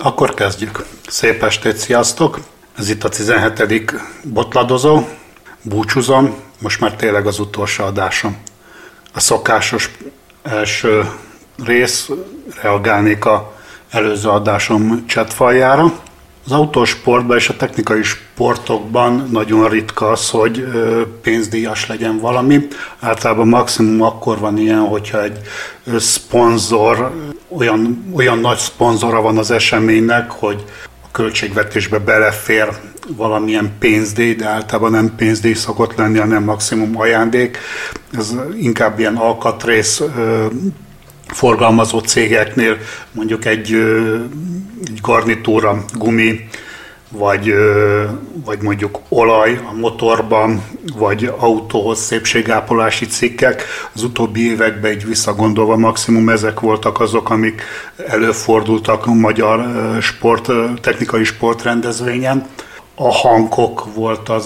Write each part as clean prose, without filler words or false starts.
Akkor kezdjük. Szép estét, sziasztok! Ez itt a 17. botladozó. Búcsúzom, most már tényleg az utolsó adásom. A szokásos első rész, reagálnék az előző adásom chatfaljára. Az autósportban és a technikai sportokban nagyon ritka az, hogy pénzdíjas legyen valami. Általában maximum akkor van ilyen, hogyha egy szponzor, olyan nagy szponzora van az eseménynek, hogy a költségvetésbe belefér valamilyen pénzdíj, de általában nem pénzdíj szokott lenni, hanem maximum ajándék. Ez inkább ilyen alkatrész forgalmazó cégeknél, mondjuk egy garnitúra, gumi, vagy mondjuk olaj a motorban, vagy autóhoz szépségápolási cikkek. Az utóbbi években így visszagondolva maximum ezek voltak azok, amik előfordultak a magyar technikai sportrendezvényen. A Hankook volt az,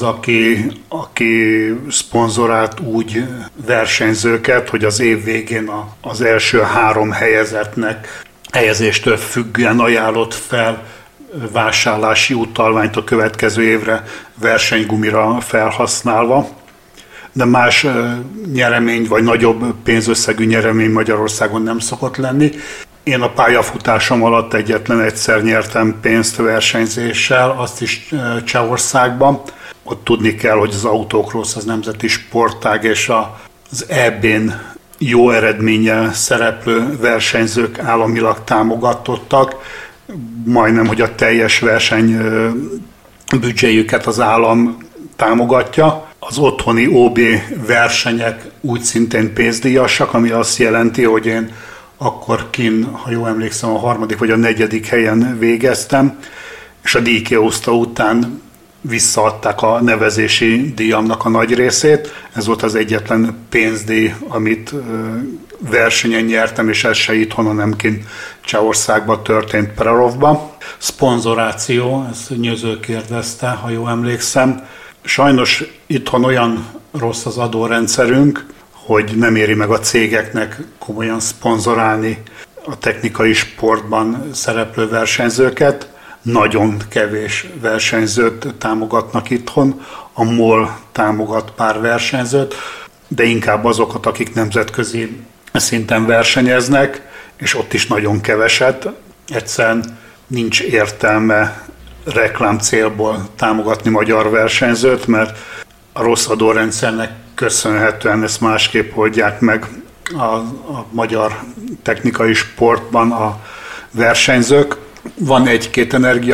aki szponzorált úgy versenyzőket, hogy az év végén az első 3 helyezettnek helyezéstől függően ajánlott fel vásárlási utalványt a következő évre versenygumira felhasználva. De más nyeremény vagy nagyobb pénzösszegű nyeremény Magyarországon nem szokott lenni. Én a pályafutásom alatt egyetlen egyszer nyertem pénzt versenyzéssel, azt is Csehországban. Ott tudni kell, hogy az Autocross az nemzeti sportág, és az EB-n jó eredménnyel szereplő versenyzők államilag támogatottak. Majdnem, hogy a teljes verseny büdzséjüket az állam támogatja. Az otthoni OB versenyek úgy szintén pénzdíjasak, ami azt jelenti, hogy én akkor ha jól emlékszem, a 3. vagy a 4. helyen végeztem, és a díjkiosztó után visszaadták a nevezési díjamnak a nagy részét. Ez volt az egyetlen pénzdíj, amit versenyen nyertem, és ez se itthon, hanem kint Csehországban történt, Prarovban. Szponzoráció, ezt Nyöző kérdezte, ha jól emlékszem. Sajnos itthon olyan rossz az adórendszerünk, hogy nem éri meg a cégeknek komolyan szponzorálni a technikai sportban szereplő versenyzőket. Nagyon kevés versenyzőt támogatnak itthon, a MOL támogat pár versenyzőt, de inkább azokat, akik nemzetközi szinten versenyeznek, és ott is nagyon keveset. Egyszerűen nincs értelme reklám célból támogatni magyar versenyzőt, mert a rossz adórendszernek köszönhetően ezt másképp oldják meg a magyar technikai sportban a versenyzők. Van egy-két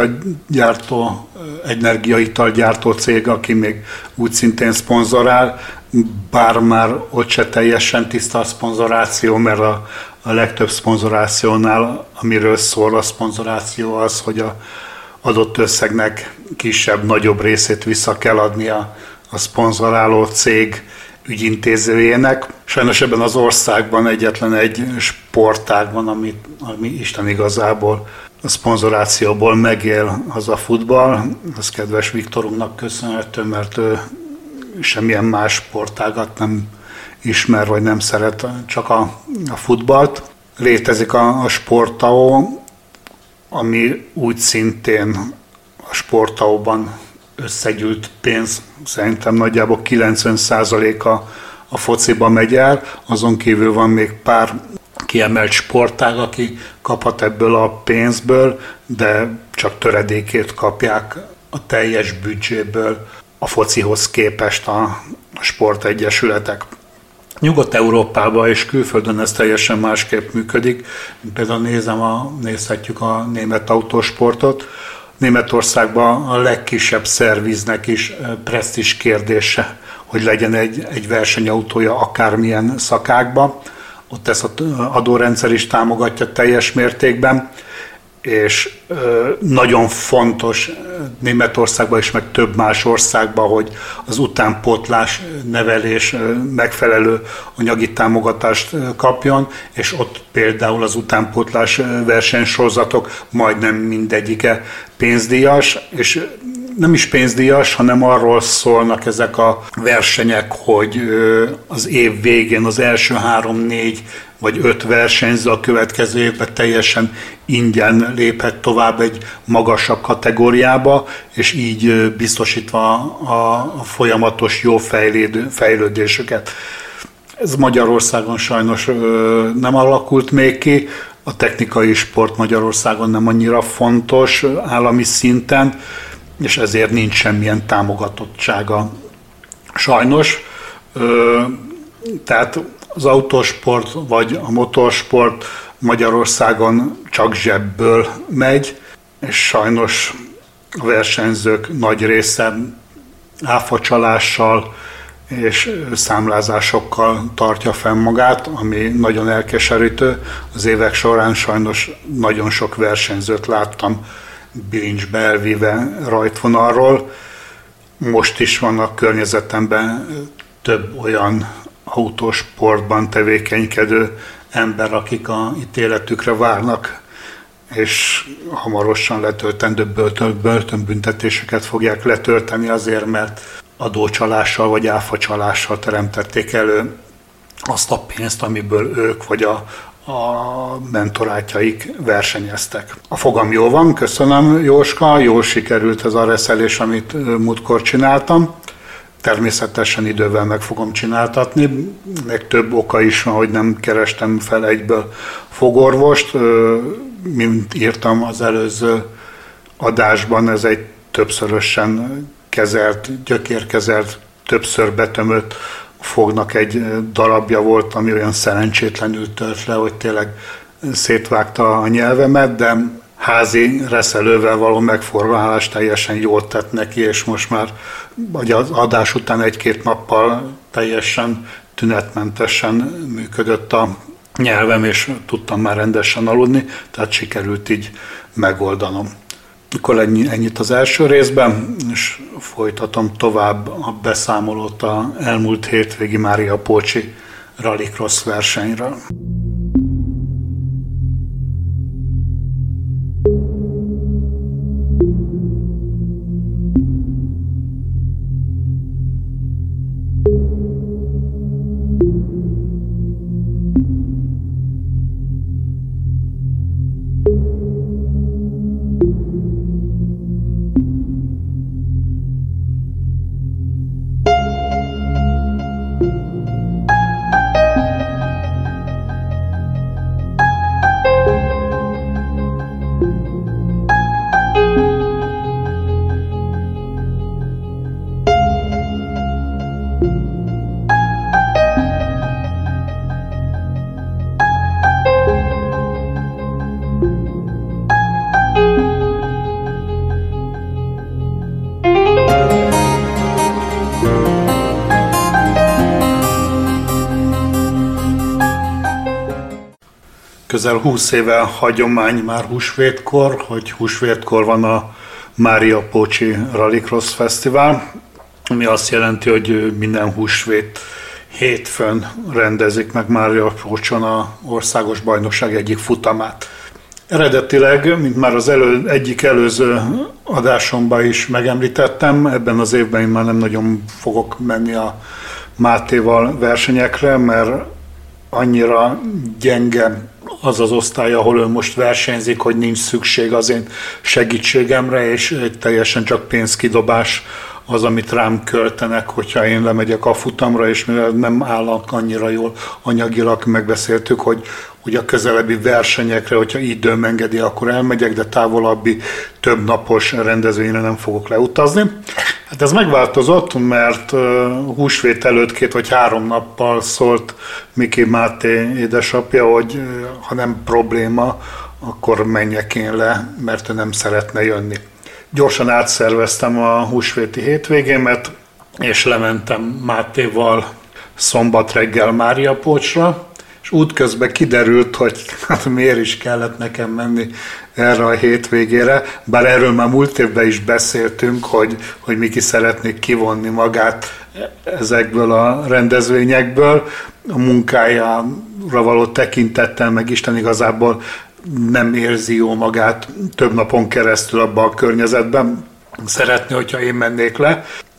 energiaitalgyártó cég, aki még úgy szintén szponzorál, bár már ott se teljesen tiszta a szponzoráció, mert a legtöbb szponzorációnál, amiről szól a szponzoráció az, hogy az adott összegnek kisebb-nagyobb részét vissza kell adni a szponzoráló cég ügyintézőjének. Sajnos ebben az országban egyetlen egy sportág van, ami Isten igazából a szponzorációból megél, az a futball. Ez kedves Viktorunknak köszönhető, mert ő semmilyen más sportágat nem ismer, vagy nem szeret, csak a futballt. Létezik a Sportao, ami úgy szintén a Sportaóban összegyűlt pénz, szerintem nagyjából 90%-a a fociba megy el, azon kívül van még pár kiemelt sportág, aki kaphat ebből a pénzből, de csak töredékét kapják a teljes büdzséből a focihoz képest a sportegyesületek. Nyugat-Európában és külföldön ez teljesen másképp működik. Például nézhetjük a német autósportot. Németországban a legkisebb szerviznek is presztízs kérdése, hogy legyen egy versenyautója akármilyen szakákban. Ott ezt az adórendszer is támogatja teljes mértékben, és nagyon fontos Németországban és meg több más országban, hogy az utánpótlás nevelés megfelelő anyagi támogatást kapjon, és ott például az utánpótlás versenysorozatok majdnem mindegyike pénzdíjas, és nem is pénzdíjas, hanem arról szólnak ezek a versenyek, hogy az év végén az első 3-4 vagy 5 versenyző a következő évben teljesen ingyen léphet tovább egy magasabb kategóriába, és így biztosítva a folyamatos jó fejlődésüket. Ez Magyarországon sajnos nem alakult még ki, a technikai sport Magyarországon nem annyira fontos állami szinten, és ezért nincs semmilyen támogatottsága. Sajnos, tehát az autósport vagy a motorsport Magyarországon csak zsebből megy, és sajnos a versenyzők nagy része áfacsalással és számlázásokkal tartja fenn magát, ami nagyon elkeserítő. Az évek során sajnos nagyon sok versenyzőt láttam bilincsbe elvíve rajtvonalról. Most is vannak környezetemben több olyan autósportban tevékenykedő ember, akik a ítéletükre várnak, és hamarosan letöltendő börtönbüntetéseket fogják letölteni azért, mert adócsalással vagy áfacsalással teremtették elő azt a pénzt, amiből ők vagy a mentorátjaik versenyeztek. A fogam jó van, köszönöm Jóska, jól sikerült ez a reszelés, amit múltkor csináltam. Természetesen idővel meg fogom csináltatni, meg több oka is van, hogy nem kerestem fel egyből fogorvost. Mint írtam az előző adásban, ez egy többszörösen kezelt, gyökérkezelt, többször betömött fognak egy darabja volt, ami olyan szerencsétlenül tört le, hogy tényleg szétvágta a nyelvemet, de házi reszelővel való megforralás teljesen jól tett neki, és most már az adás után 1-2 nappal teljesen tünetmentesen működött a nyelvem, és tudtam már rendesen aludni, tehát sikerült így megoldanom. Akkor ennyit az első részben, és folytatom tovább a beszámolót az elmúlt hétvégi Máriapócsi rallycross versenyről. Közel 20 éve hagyomány már húsvétkor, hogy húsvétkor van a Máriapócsi Rallycross Fesztivál, ami azt jelenti, hogy minden húsvét hétfőn rendezik meg Máriapócson az országos bajnokság egyik futamát. Eredetileg, mint már az egyik előző adásomban is megemlítettem, ebben az évben én már nem nagyon fogok menni a Mátéval versenyekre, mert annyira gyenge az az osztály, ahol ő most versenyzik, hogy nincs szükség az én segítségemre, és teljesen csak pénzkidobás az, amit rám költenek, hogyha én lemegyek a futamra, és mivel nem állnak annyira jól anyagilag, megbeszéltük, hogy a közelebbi versenyekre, hogyha időm engedi, akkor elmegyek, de távolabbi több napos rendezvényre nem fogok leutazni. Hát ez megváltozott, mert húsvét előtt 2 vagy 3 nappal szólt Miki Máté édesapja, hogy ha nem probléma, akkor menjek én le, mert ő nem szeretne jönni. Gyorsan átszerveztem a húsvéti hétvégémet, és lementem Mátéval szombat reggel Máriapócsra, és útközben kiderült, hogy hát miért is kellett nekem menni erre a hétvégére, bár erről már múlt évben is beszéltünk, hogy Miki szeretnék kivonni magát ezekből a rendezvényekből, a munkájára való tekintettel, meg Isten igazából nem érzi jó magát több napon keresztül abban a környezetben. Szeretné, hogyha én mennék le,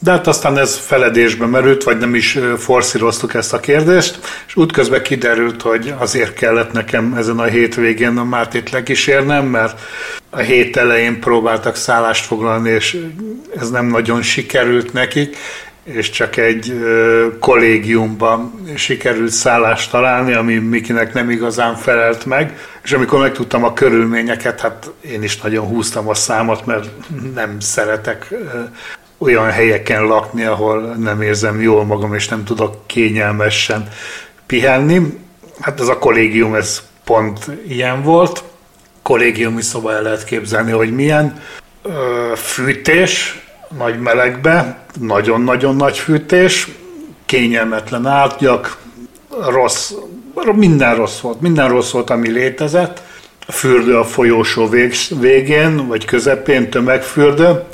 De hát aztán ez feledésbe merült, vagy nem is forszíroztuk ezt a kérdést, és útközben kiderült, hogy azért kellett nekem ezen a hétvégén a Mátét lekísérnem, mert a hét elején próbáltak szállást foglalni, és ez nem nagyon sikerült nekik, és csak egy kollégiumban sikerült szállást találni, ami Mikinek nem igazán felelt meg, és amikor megtudtam a körülményeket, hát én is nagyon húztam a számot, mert nem szeretek olyan helyeken lakni, ahol nem érzem jól magam, és nem tudok kényelmesen pihenni. Hát ez a kollégium, ez pont ilyen volt. Kollégiumi szoba, el lehet képzelni, hogy milyen. Fűtés, nagy melegbe, nagyon-nagyon nagy fűtés, kényelmetlen ágyak, minden rossz volt, ami létezett. A fürdő a folyósó végén, vagy közepén, tömegfürdő.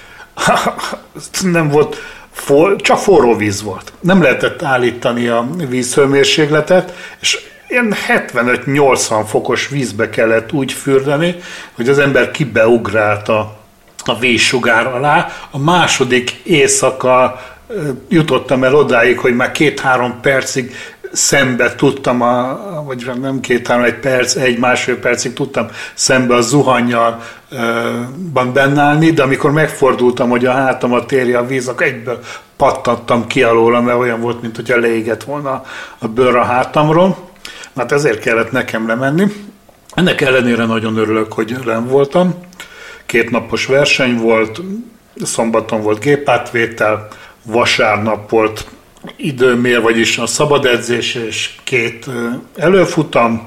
Nem volt, csak forró víz volt. Nem lehetett állítani a vízhőmérsékletet, és ilyen 75-80 fokos vízbe kellett úgy fürdeni, hogy az ember kibeugrált a vízsugár alá. A második éjszaka jutottam el odáig, hogy már 2-3 percig szembe tudtam, vagy nem 2-3, egy-másfél percig tudtam szembe a zuhannyal bennállni, de amikor megfordultam, hogy a hátamat érje a víz, akkor egyből pattattam ki alóla, mert olyan volt, mint hogyha leégett volna a bőr a hátamról. Hát ezért kellett nekem lemenni. Ennek ellenére nagyon örülök, hogy lenn voltam. 2 napos verseny volt, szombaton volt gépátvétel, vasárnap volt időmér, vagyis a szabad edzés és 2 előfutam.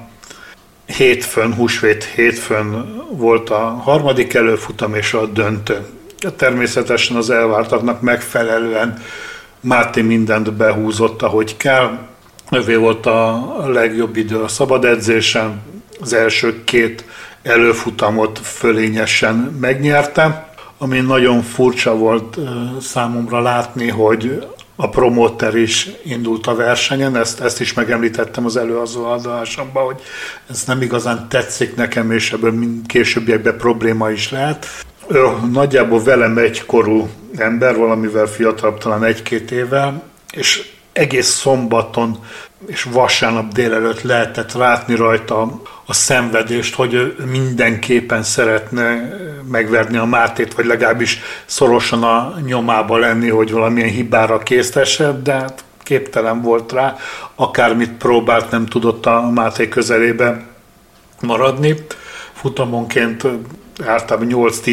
Húsvét hétfőn volt a harmadik előfutam és a döntő. Természetesen az elvártaknak megfelelően Máté mindent behúzott, ahogy kell. Övé volt a legjobb idő a szabad edzésen, az első 2 előfutamot fölényesen megnyerte, ami nagyon furcsa volt számomra látni, hogy a promóter is indult a versenyen, ezt is megemlítettem az előadásomban, hogy ez nem igazán tetszik nekem, és ebből későbbiekben probléma is lehet. Ő nagyjából velem egykorú ember, valamivel fiatalabb, talán 1-2 évvel, és egész szombaton és vasárnap délelőtt lehetett látni rajta a szenvedést, hogy ő mindenképpen szeretne megverni a Mátét, vagy legalábbis szorosan a nyomába lenni, hogy valamilyen hibára késztesse, de hát képtelen volt rá, akármit próbált, nem tudott a Máté közelébe maradni. Futamonként általában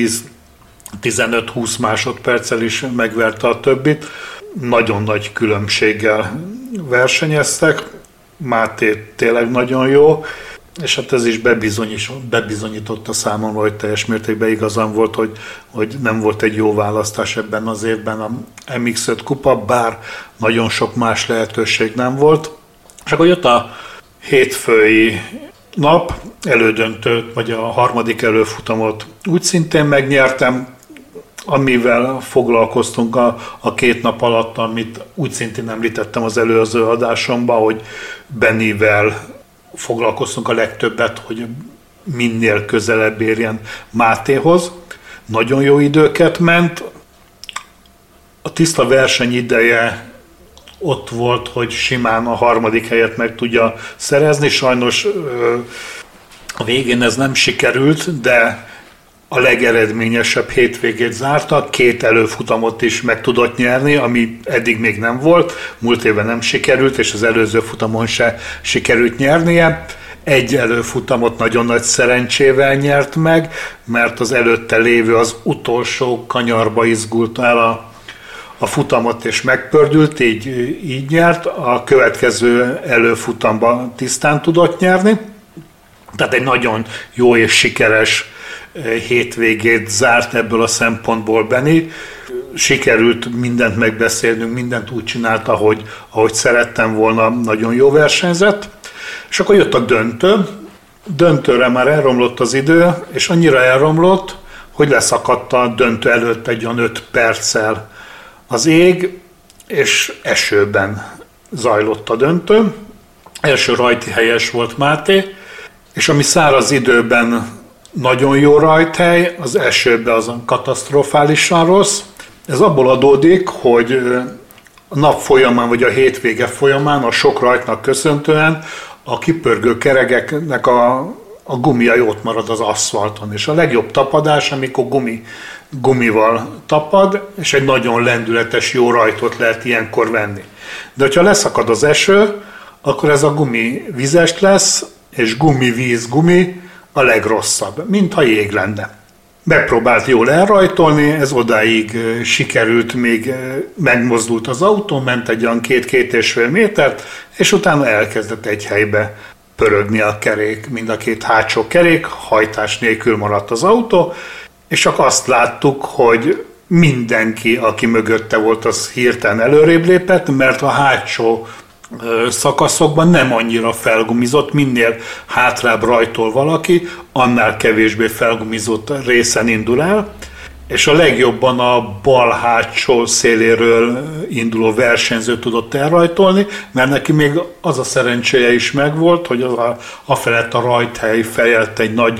8-10-15-20 másodperccel is megverte a többit. Nagyon nagy különbséggel versenyeztek, Máté tényleg nagyon jó, és hát ez is bebizonyította számomra, hogy teljes mértékben igazam volt, hogy nem volt egy jó választás ebben az évben a MX5 kupa, bár nagyon sok más lehetőség nem volt. És akkor jött a hétfői nap, elődöntőt, vagy a harmadik előfutamot úgy szintén megnyertem, amivel foglalkoztunk a 2 nap alatt, amit úgy szintén említettem az előző adásomban, hogy Bennivel foglalkoztunk a legtöbbet, hogy minél közelebb érjen Mátéhoz. Nagyon jó időket ment. A tiszta verseny ideje ott volt, hogy simán a harmadik helyet meg tudja szerezni. Sajnos a végén ez nem sikerült, de a legeredményesebb hétvégét zárta, 2 előfutamot is meg tudott nyerni, ami eddig még nem volt, múlt évben nem sikerült, és az előző futamon se sikerült nyernie. 1 előfutamot nagyon nagy szerencsével nyert meg, mert az előtte lévő, az utolsó kanyarba izgult el a futamot, és megpördült, így nyert. A következő előfutamban tisztán tudott nyerni. Tehát egy nagyon jó és sikeres hétvégét zárt ebből a szempontból Benni. Sikerült mindent megbeszélnünk, mindent úgy csinálta, ahogy szerettem volna, nagyon jó versenyzett. És akkor jött a döntő. Döntőre már elromlott az idő, és annyira elromlott, hogy leszakadt a döntő előtt egy olyan 5 perccel az ég, és esőben zajlott a döntő. Első rajti helyes volt Máté, és ami száraz időben nagyon jó rajthely, az esőben azon katasztrofálisan rossz. Ez abból adódik, hogy a nap folyamán, vagy a hétvége folyamán a sok rajtnak köszönhetően a kipörgő kerekeknek a gumia jót marad az aszfalton. És a legjobb tapadás, amikor gumival tapad, és egy nagyon lendületes, jó rajtot lehet ilyenkor venni. De hogyha leszakad az eső, akkor ez a gumi vizes lesz, és gumi a legrosszabb, mintha jég lenne. Megpróbált jól elrajtolni, ez odáig sikerült, még megmozdult az autó, ment egy olyan 2-2,5 métert, és utána elkezdett egy helybe pörögni a kerék, mind a két hátsó kerék, hajtás nélkül maradt az autó, és csak azt láttuk, hogy mindenki, aki mögötte volt, az hirtelen előrébb lépett, mert a hátsó szakaszokban nem annyira felgumizott, minél hátrább rajtol valaki, annál kevésbé felgumizott részen indul el, és a legjobban a bal hátsó széléről induló versenyző tudott elrajtolni, mert neki még az a szerencséje is megvolt, hogy afelett a rajthely felett egy nagy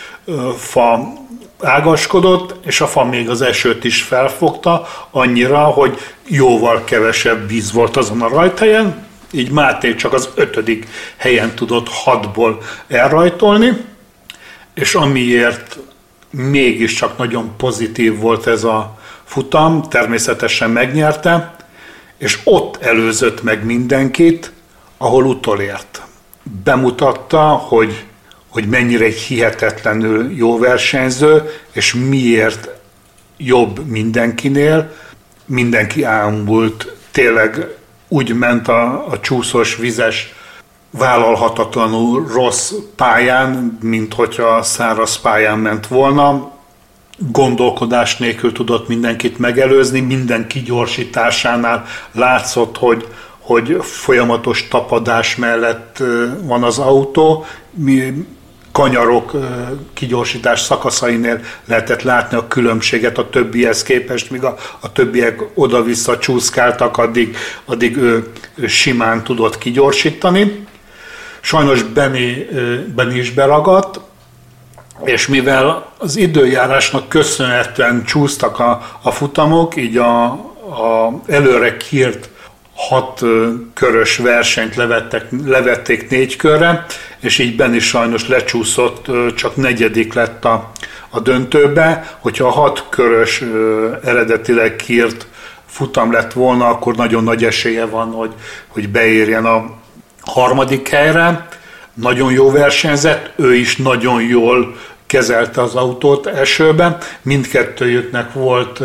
fa ágaskodott, és a fa még az esőt is felfogta, annyira, hogy jóval kevesebb víz volt azon a rajthelyen, így Máté csak az 5. helyen tudott 6-ból elrajtolni, és amiért mégiscsak nagyon pozitív volt ez a futam, természetesen megnyerte, és ott előzött meg mindenkit, ahol utolért. Bemutatta, hogy mennyire egy hihetetlenül jó versenyző, és miért jobb mindenkinél. Mindenki ámult, tényleg úgy ment a csúszós, vizes, vállalhatatlanul rossz pályán, mint hogyha száraz pályán ment volna. Gondolkodás nélkül tudott mindenkit megelőzni, minden kigyorsításánál látszott, hogy folyamatos tapadás mellett van az autó. Kanyarok kigyorsítás szakaszainél lehetett látni a különbséget a többihez képest, míg a többiek oda-vissza csúszkáltak, addig ő simán tudott kigyorsítani. Sajnos Benny is beragadt, és mivel az időjárásnak köszönhetően csúsztak a futamok, így a előre kírt 6 körös versenyt levették 4 körre, és így Benny sajnos lecsúszott, csak 4. lett a döntőbe. Hogyha a 6 körös eredetileg kírt futam lett volna, akkor nagyon nagy esélye van, hogy beérjen a 3. helyre. Nagyon jó versenyzett, ő is nagyon jól kezelte az autót esőben. Mindkettőjüknek volt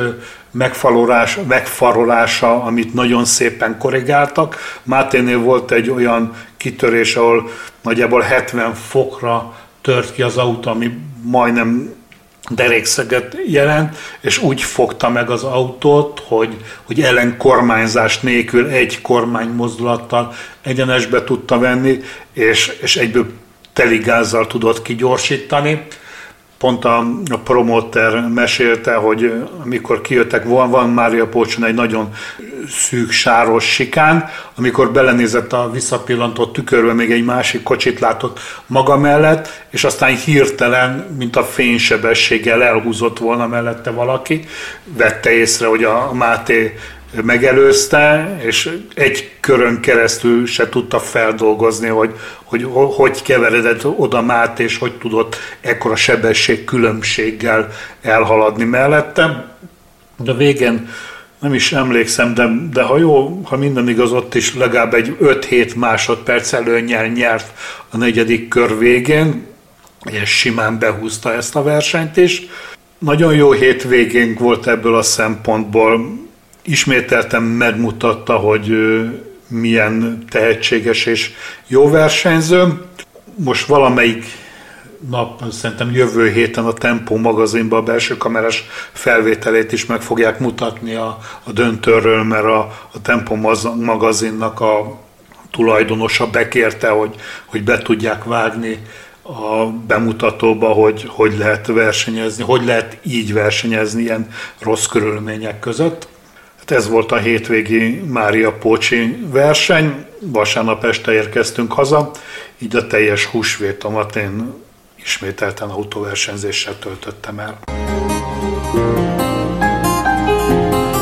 megfarolása, amit nagyon szépen korrigáltak. Máténél volt egy olyan kitörés, ahol nagyjából 70 fokra tört ki az autó, ami majdnem derékszeget jelent, és úgy fogta meg az autót, hogy ellenkormányzás nélkül egy kormánymozdulattal egyenesbe tudta venni, és egyből teligázzal tudott kigyorsítani. Pont a promóter mesélte, hogy amikor kijöttek, van Mária Pócson egy nagyon szűk, sáros sikán, amikor belenézett a visszapillantó tükörbe, még egy másik kocsit látott maga mellett, és aztán hirtelen, mint a fénysebességgel elhúzott volna mellette valaki, vette észre, hogy a Máté megelőzte, és egy körön keresztül se tudta feldolgozni, hogy keveredett oda Máté, és hogy tudott ekkora sebesség különbséggel elhaladni mellette. De végén nem is emlékszem, de ha minden igaz, ott is legalább egy 5-7 másodperc előnnyel nyert a 4. kör végén, és simán behúzta ezt a versenyt is. Nagyon jó hétvégénk volt ebből a szempontból. Ismételten megmutatta, hogy milyen tehetséges és jó versenyző. Most valamelyik nap, szerintem jövő héten a Tempo magazinban a belső kamerás felvételét is meg fogják mutatni a döntőről, mert a Tempo magazinnak a tulajdonosa bekérte, hogy be tudják vágni a bemutatóba, hogy lehet versenyezni, hogy lehet így versenyezni ilyen rossz körülmények között. Hát ez volt a hétvégi Mária Pócsi verseny, vasárnap este érkeztünk haza, így a teljes húsvétomat én ismételten autóversenyzéssel töltöttem el.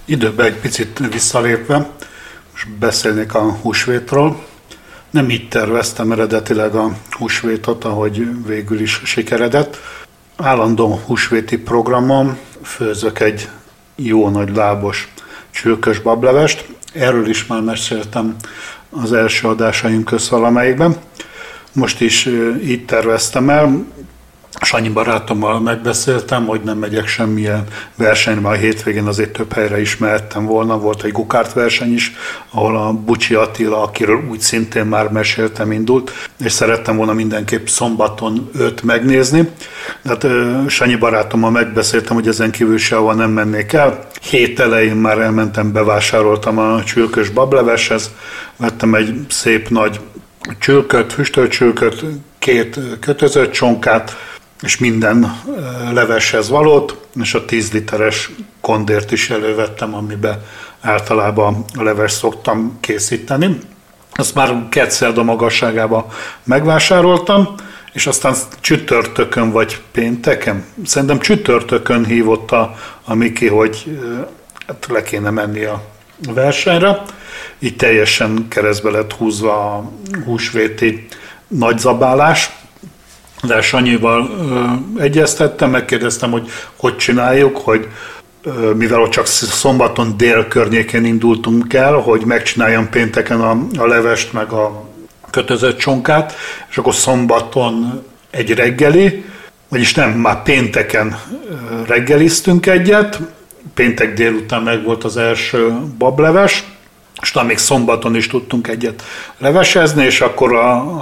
Időben egy picit visszalépve, most beszélnék a húsvétról. Nem így terveztem eredetileg a húsvétot, ahogy végül is sikeredett. Állandó húsvéti programon főzök egy jó nagy lábos csülkös bablevest. Erről is már meséltem az első adásaim közt valamelyikben. Most is így terveztem el. Sanyi barátommal megbeszéltem, hogy nem megyek semmilyen versenyre, a hétvégén azért több helyre is mehettem volna. Volt egy gukárt verseny is, ahol a Bucsi Attila, akiről úgy szintén már meséltem, indult, és szerettem volna mindenképp szombaton őt megnézni. Tehát Sanyi barátommal megbeszéltem, hogy ezen kívül sehova nem mennék el. Hét elején már elmentem, bevásároltam a csülkös bableveshez, vettem egy szép nagy csülköt, füstölt csülköt, 2 kötözött csonkát, és minden leveshez valót, és a 10 literes kondért is elővettem, amiben általában a leves szoktam készíteni. Azt már kedszerda magasságában megvásároltam, és aztán csütörtökön vagy pénteken, szerintem csütörtökön hívott a Miki, hogy hát le kéne menni a versenyre. Így teljesen keresztbe lett húzva a húsvéti nagyzabálás. De Sanyival egyeztettem, megkérdeztem, hogy csináljuk, hogy mivel ott csak szombaton dél környékén indultunk el, hogy megcsináljam pénteken a levest meg a kötözött csonkát, és akkor szombaton egy reggeli, vagyis nem, már pénteken reggeliztünk egyet, péntek délután meg volt az első bableves, és még szombaton is tudtunk egyet levesezni, és akkor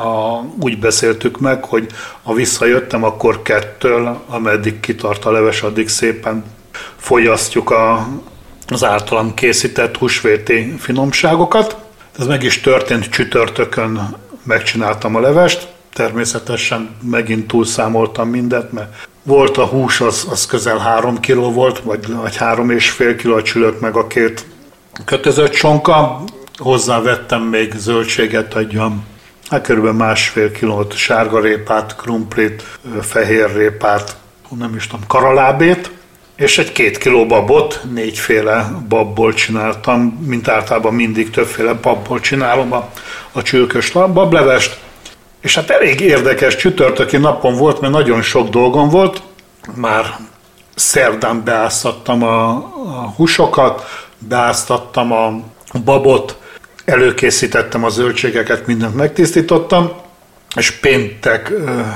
úgy beszéltük meg, hogy ha visszajöttem, akkor 2-től, ameddig kitart a leves, addig szépen fogyasztjuk az általam készített húsvéti finomságokat. Ez meg is történt, csütörtökön megcsináltam a levest, természetesen megint túlszámoltam mindent, mert volt a hús, az közel 3 kg volt, vagy 3,5 kg a csülök, meg a 2 kötözött csonka, hozzávettem még zöldséget, körülbelül 1,5 kilót sárgarépát, krumplit, fehérrépát, nem is tudom, karalábét, és egy 2 kiló babot, 4 féle babból csináltam, mint általában mindig többféle babból csinálom a csülkös bablevest, és hát elég érdekes csütörtöki napon volt, mert nagyon sok dolgom volt, már szerdán beáztattam a húsokat, beáztattam a babot, előkészítettem a zöldségeket, mindent megtisztítottam, és péntek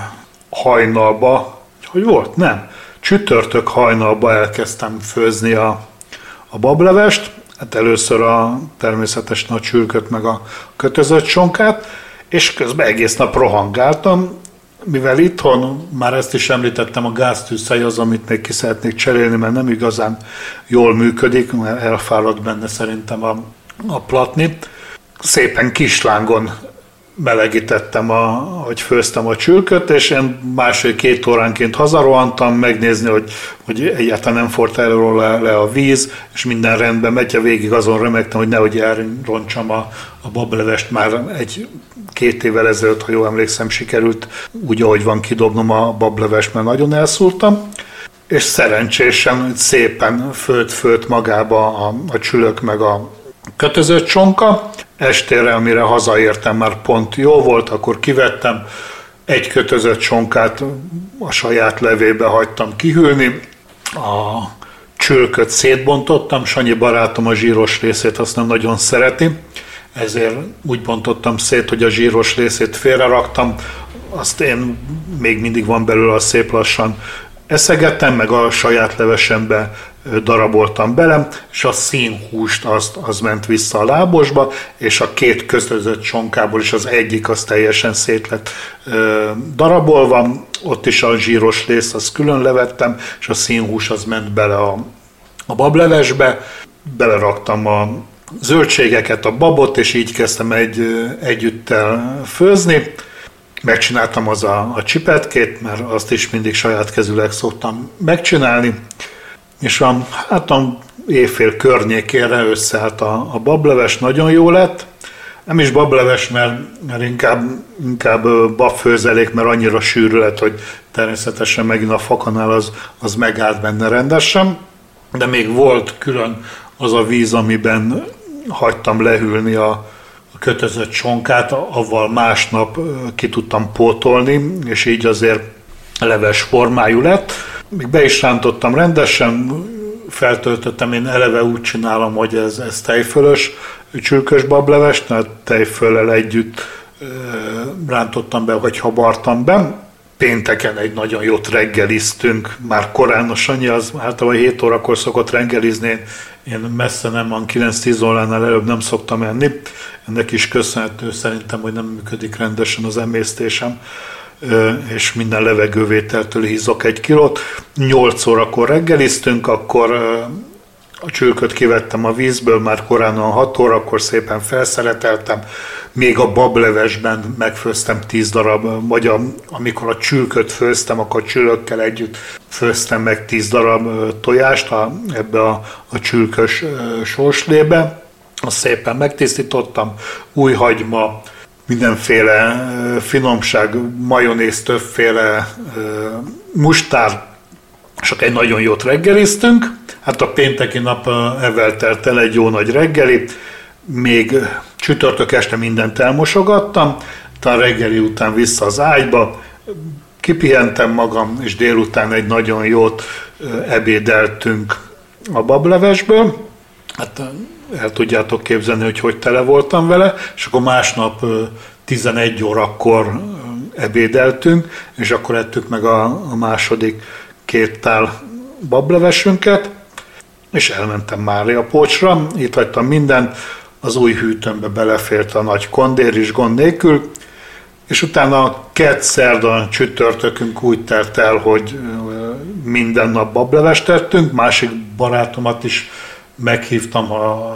hajnalba, hogy volt? Nem. Csütörtök hajnalba elkezdtem főzni a bablevest, hát először természetesen a csülköt meg a kötözött csonkát, és közben egész nap rohangáltam, mivel itthon, már ezt is említettem, a gáztűzhely az, amit még ki szeretnék cserélni, mert nem igazán jól működik, mert elfárad benne szerintem a platni. Szépen kislángon melegítettem, hogy főztem a csülköt, és én 1,5-2 óránként hazarohantam megnézni, hogy egyáltalán nem forrt el le a víz, és minden rendben megy, végig azon remektem, hogy nehogy elrontsam a bablevest. Már 1-2 évvel ezelőtt, ha jól emlékszem, sikerült úgy, ahogy van, kidobnom a bablevest, mert nagyon elszúrtam, és szerencsésen szépen főtt magába a csülök meg a kötözött csonka. Estére, amire hazaértem, már pont jó volt, akkor kivettem, egy kötözött csonkát a saját levébe hagytam kihűlni, a csülköt szétbontottam, Sanyi barátom a zsíros részét azt nem nagyon szereti, ezért úgy bontottam szét, hogy a zsíros részét félreraktam, azt én még mindig van belőle, azt szép lassan eszegettem, meg a saját levesembe daraboltam bele, és a színhúst az ment vissza a lábosba, és a 2 kötözött csonkából is az egyik az teljesen szét lett darabolva, ott is a zsíros részt azt külön levettem, és a színhús az ment bele a bablevesbe, beleraktam a zöldségeket, a babot, és így kezdtem együttel főzni. Megcsináltam a csipetkét, mert azt is mindig saját kezűleg szoktam megcsinálni, és a éjfél környékére összeállt a bableves, nagyon jó lett. Nem is bableves, mert inkább babfőzelék, mert annyira sűrű lett, hogy természetesen megint a fakanál az megállt benne rendesen, de még volt külön az a víz, amiben hagytam lehűlni a kötözött sonkát, avval másnap ki tudtam pótolni, és így azért leves formájú lett. Még be is rántottam rendesen, feltöltöttem, én eleve úgy csinálom, hogy ez tejfölös csülkös bableves, tehát tejföllel együtt rántottam be, vagy habartam be. Pénteken egy nagyon jót reggeliztünk, már korán a Sanyi az általában 7 órakor szokott reggelizni, én messze nem van, 9-10 óránál előbb nem szoktam enni. Ennek is köszönhető szerintem, hogy nem működik rendesen az emésztésem, és minden levegővételtől hízok 1 kilót. 8 órakor reggeliztünk, akkor a csülköt kivettem a vízből, már korán 6 órakor szépen felszereteltem, még a bablevesben megfőztem 10 darab, vagy amikor a csülköt főztem, akkor csülökkel együtt főztem meg 10 darab tojást ebbe a csülkös sorslébe. Azt szépen megtisztítottam, új hagyma, mindenféle finomság, majonéz, többféle mustár, csak egy nagyon jót reggeliztünk. Hát a pénteki nap ezzel telt el egy jó nagy reggeli, még csütörtök este mindent elmosogattam, a reggeli után vissza az ágyba, kipihentem magam, és délután egy nagyon jót ebédeltünk a bablevesből. Hát el tudjátok képzelni, hogy tele voltam vele, és akkor másnap 11 órakor ebédeltünk, és akkor ettük meg a második 2 tál bablevesünket, és elmentem Máriapócsra, itt hagytam mindent, az új hűtőmbe belefért a nagy kondér is gond nélkül, és utána kedd, szerda, csütörtökünk úgy telt el, hogy minden nap bablevest tettünk, másik barátomat is meghívtam a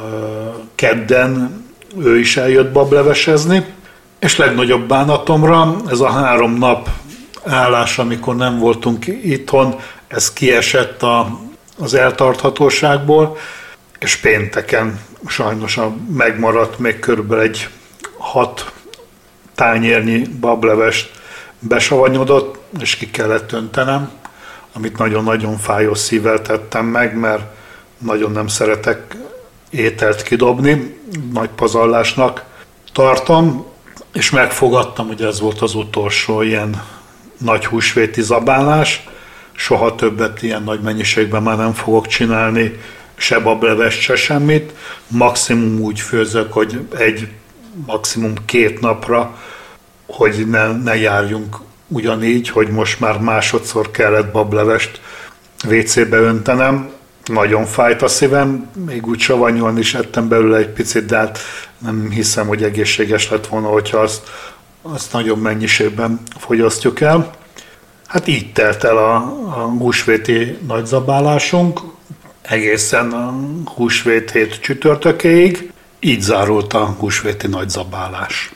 kedden, ő is eljött bablevesezni, és legnagyobb bánatomra ez a 3 nap állás, amikor nem voltunk itthon, ez kiesett az eltarthatóságból, és pénteken sajnos megmaradt még körülbelül egy 6 tányérnyi bablevest besavanyodott, és ki kellett öntenem, amit nagyon-nagyon fájós szívvel tettem meg, mert nagyon nem szeretek ételt kidobni, nagy pazarlásnak tartom, és megfogadtam, hogy ez volt az utolsó ilyen nagy húsvéti zabálás, soha többet ilyen nagy mennyiségben már nem fogok csinálni, se bablevest, se semmit, maximum úgy főzök, hogy maximum 2 napra, hogy ne járjunk ugyanígy, hogy most már másodszor kellett bablevest WC-be öntenem. Nagyon fájt a szívem, még úgy savanyúan is ettem belőle egy picit, de hát nem hiszem, hogy egészséges lett volna, hogyha azt nagyobb mennyiségben fogyasztjuk el. Hát így telt el a húsvéti nagyzabálásunk, egészen a húsvét hét csütörtökéig, így zárult a húsvéti nagyzabálás.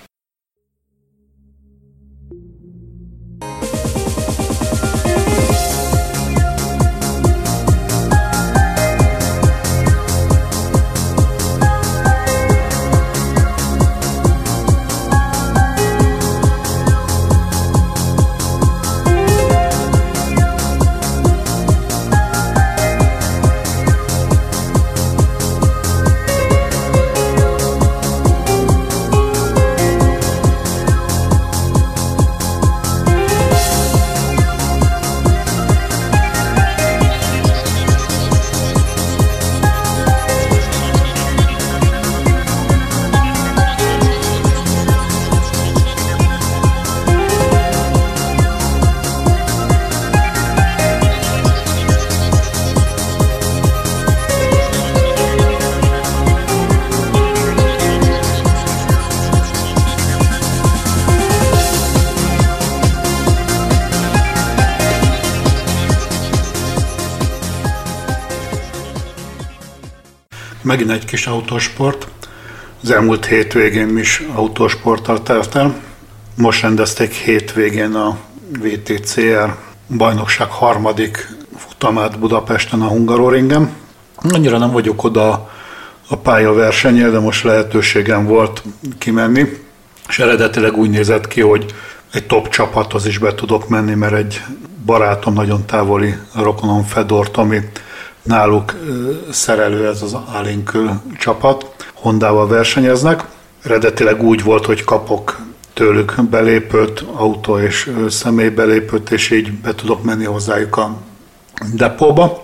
Megint egy kis autósport. Az elmúlt hétvégén is autósporttal telt el. Most rendezték hétvégén a VTCR bajnokság 3. futamát Budapesten a Hungaroringen. Annyira nem vagyok oda a pályaversenyre, de most lehetőségem volt kimenni. És eredetileg úgy nézett ki, hogy egy top csapathoz is be tudok menni, mert egy barátom, nagyon távoli rokonom, Fedor Tomi náluk szerelő ez az Alinkül csapat, Hondával versenyeznek. Eredetileg úgy volt, hogy kapok tőlük belépőt, autó és személybelépőt, és így be tudok menni hozzájuk a depóba.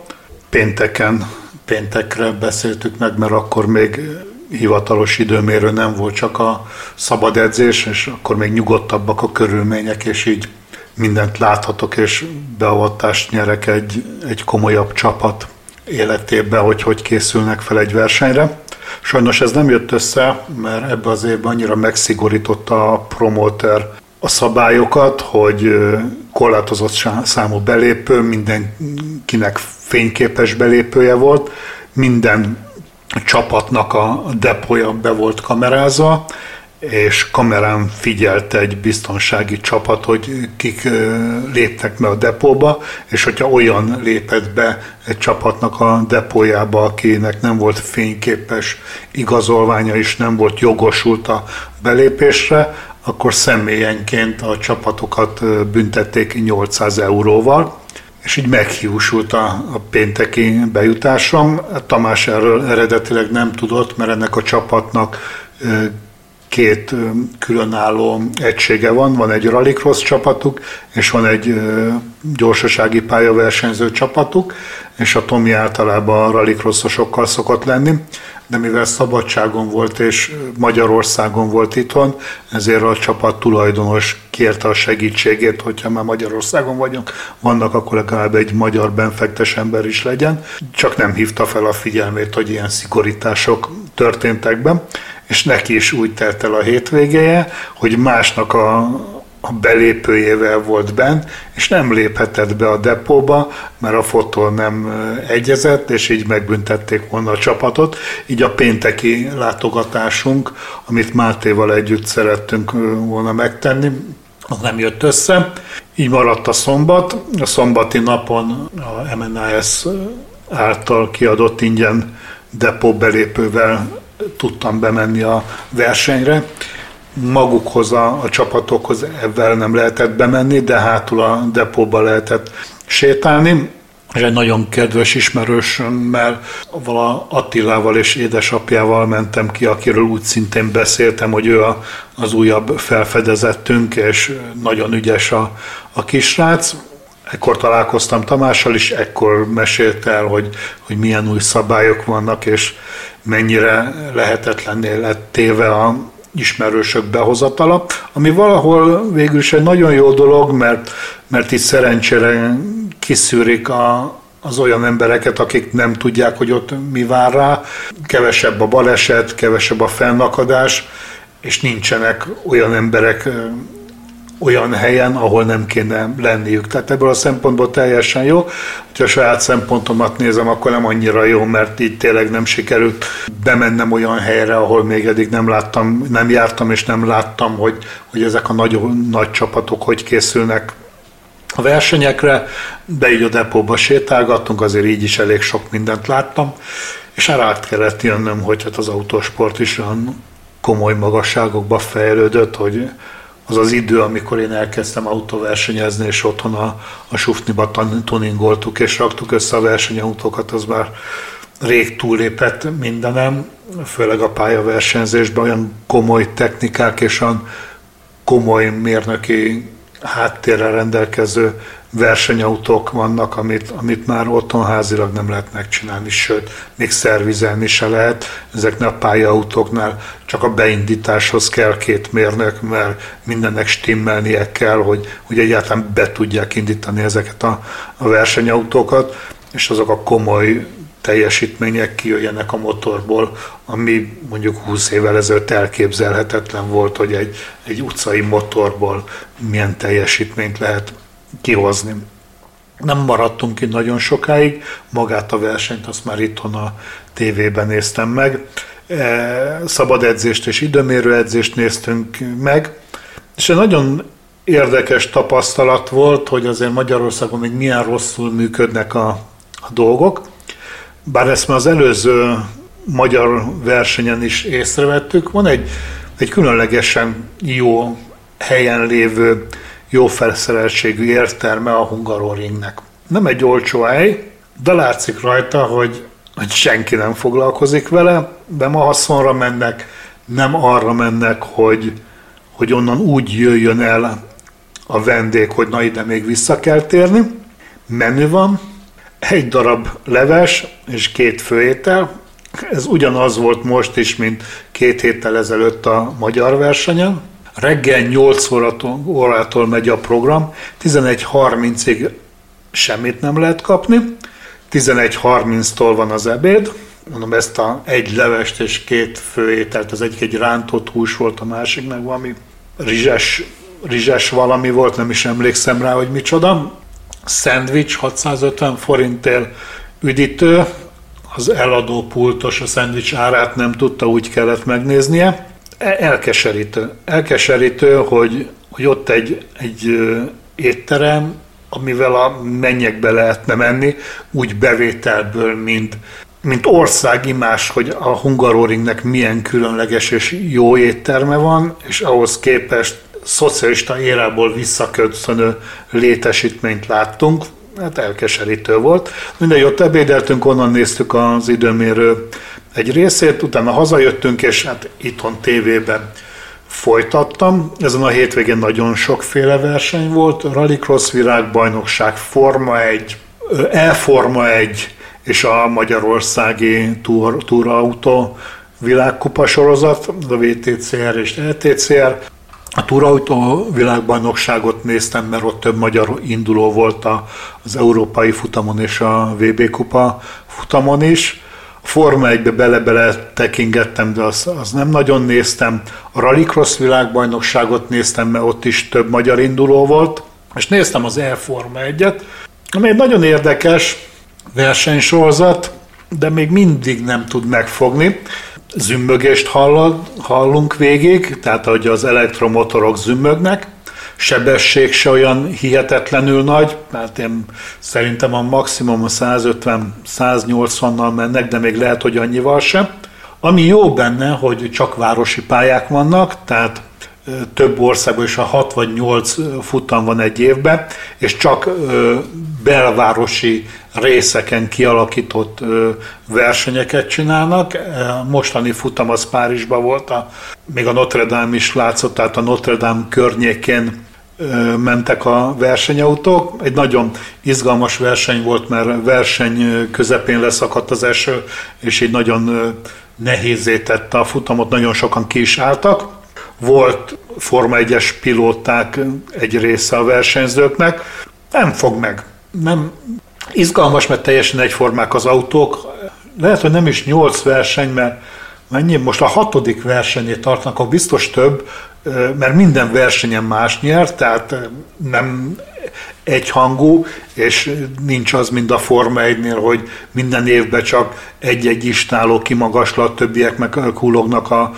Péntekre beszéltük meg, mert akkor még hivatalos időmérő nem volt, csak a szabad edzés, és akkor még nyugodtabbak a körülmények, és így mindent láthatok, és beavatást nyerek egy komolyabb csapat életében, hogy készülnek fel egy versenyre. Sajnos ez nem jött össze, mert ebben az évben annyira megszigorította a promóter a szabályokat, hogy korlátozott számú belépő, mindenkinek fényképes belépője volt, minden csapatnak a depója be volt kamerázva, és kamerán figyelt egy biztonsági csapat, hogy kik léptek be a depóba, és hogyha olyan lépett be egy csapatnak a depójába, akinek nem volt fényképes igazolványa és nem volt jogosult a belépésre, akkor személyenként a csapatokat büntették 800 euróval, és így meghiúsult a pénteki bejutásom. Tamás erről eredetileg nem tudott, mert ennek a csapatnak két különálló egysége van egy rallycross csapatuk, és van egy gyorsasági pályaversenyző csapatuk, és a Tomi általában a rallycrossosokkal szokott lenni, de mivel szabadságon volt és Magyarországon volt itthon, ezért a csapat tulajdonos kérte a segítségét, hogyha már Magyarországon vannak, akkor legalább egy magyar benfektes ember is legyen. Csak nem hívta fel a figyelmét, hogy ilyen szigorítások történtek be, és neki is úgy telt el a hétvégéje, hogy másnak a belépőjével volt benn, és nem léphetett be a depóba, mert a fotó nem egyezett, és így megbüntették volna a csapatot. Így a pénteki látogatásunk, amit Mátéval együtt szerettünk volna megtenni, az nem jött össze. Így maradt a szombat. A szombati napon a MNAS által kiadott ingyen depó belépővel tudtam bemenni a versenyre. Magukhoz a csapatokhoz ebben nem lehetett bemenni, de hátul a depóba lehetett sétálni. És egy nagyon kedves ismerősömmel, Attilával és édesapjával mentem ki, akiről úgy szintén beszéltem, hogy ő az újabb felfedezettünk, és nagyon ügyes a kisrác. Ekkor találkoztam Tamással is, ekkor mesélte el, hogy milyen új szabályok vannak, és mennyire lehetetlenné lett téve a ismerősök behozatala, ami valahol végül is egy nagyon jó dolog, mert itt szerencsére kiszűrik az olyan embereket, akik nem tudják, hogy ott mi vár rá, kevesebb a baleset, kevesebb a fennakadás, és nincsenek olyan emberek olyan helyen, ahol nem kéne lenniük. Tehát ebből a szempontból teljesen jó. Ha a saját szempontomat nézem, akkor nem annyira jó, mert így tényleg nem sikerült bemennem olyan helyre, ahol még eddig nem jártam, és nem láttam, hogy ezek a nagyon nagy csapatok hogy készülnek a versenyekre, de így a depóba sétálgattunk, azért így is elég sok mindent láttam, és át kellett jönnöm, hogy hát az autósport is olyan komoly magasságokba fejlődött, hogy az az idő, amikor én elkezdtem autóversenyezni, és otthon a Sufniba tuningoltuk, és raktuk össze a versenyautókat, az már rég túllépett mindenem, főleg a pályaversenyzésben olyan komoly technikák és olyan komoly mérnöki háttérrel rendelkező versenyautók vannak, amit már otthon házilag nem lehet megcsinálni, sőt, még szervizelni se lehet. Ezeknél a pályaautóknál csak a beindításhoz kell két mérnök, mert mindennek stimmelnie kell, hogy egyáltalán be tudják indítani ezeket a versenyautókat, és azok a komoly teljesítmények kijöjjenek a motorból, ami mondjuk 20 évvel ezelőtt elképzelhetetlen volt, hogy egy utcai motorból milyen teljesítményt lehet kihozni. Nem maradtunk itt nagyon sokáig, magát a versenyt azt már itthon a tévében néztem meg. Szabad edzést és időmérő edzést néztünk meg, és egy nagyon érdekes tapasztalat volt, hogy azért Magyarországon még milyen rosszul működnek a dolgok. Bár ezt már az előző magyar versenyen is észrevettük, van egy különlegesen jó helyen lévő, jó felszereltségű értelme a Hungaroringnek. Nem egy olcsó hely, de látszik rajta, hogy senki nem foglalkozik vele, nem a haszonra mennek, nem arra mennek, hogy onnan úgy jöjjön el a vendég, hogy na ide még vissza kell térni. Menü van, egy darab leves és 2 főétel. Ez ugyanaz volt most is, mint 2 héttel ezelőtt a magyar versenyen. Reggel 8 órától megy a program, 11:30-ig semmit nem lehet kapni, 11:30-tól van az ebéd. Mondom, ezt egy levest és 2 főételt, az egyik egy rántott hús volt, a másik meg valami rizses valami volt, nem is emlékszem rá, hogy micsoda. Szendvics 650 forintért üdítő, az eladó pultos a szendvics árát nem tudta, úgy kellett megnéznie. Elkeserítő, hogy ott egy étterem, amivel a mennyekbe lehetne menni, úgy bevételből, mint országimás, hogy a Hungaroringnek milyen különleges és jó étterme van, és ahhoz képest szocialista érából visszaköszönő létesítményt láttunk. Hát elkeserítő volt. Mindegy, ott ebédeltünk, onnan néztük az időmérő egy részét, utána hazajöttünk, és hát itthon tévében folytattam. Ezen a hétvégén nagyon sokféle verseny volt, Rallycross világbajnokság, Forma 1, E-Forma 1 és a magyarországi túrautó világkupa sorozat, a VTCR és LTCR. A túrautó világbajnokságot néztem, mert ott több magyar induló volt az európai futamon és a VB kupa futamon is. A Forma 1-be bele-bele tekingettem, de az nem nagyon néztem. A Rallycross világbajnokságot néztem, mert ott is több magyar induló volt. És néztem az E-Forma 1-et, ami egy nagyon érdekes versenysorozat, de még mindig nem tud megfogni. Zümmögést hallunk végig, tehát ahogy az elektromotorok zümmögnek, sebesség se olyan hihetetlenül nagy, mert én szerintem a maximum 150-180-nal mennek, de még lehet, hogy annyival sem. Ami jó benne, hogy csak városi pályák vannak, tehát több országban is a 6 vagy 8 futam van egy évben, és csak belvárosi részeken kialakított versenyeket csinálnak. A mostani futam az Párizsban volt, még a Notre Dame is látszott, tehát a Notre Dame környékén mentek a versenyautók. Egy nagyon izgalmas verseny volt, mert verseny közepén leszakadt az eső, és így nagyon nehézzé tette a futamot, nagyon sokan ki is álltak. Volt Forma 1-es pilóták egy része a versenyzőknek, nem fog meg. Nem izgalmas, mert teljesen egyformák az autók. Lehet, hogy nem is 8 verseny, mert mennyi? Most a 6. versenyét tartnak, akkor biztos több, mert minden versenyen más nyer, tehát nem egyhangú, és nincs az, mint a Forma 1-nél, hogy minden évben csak egy-egy istáló kimagaslat, többiek meg kullognak a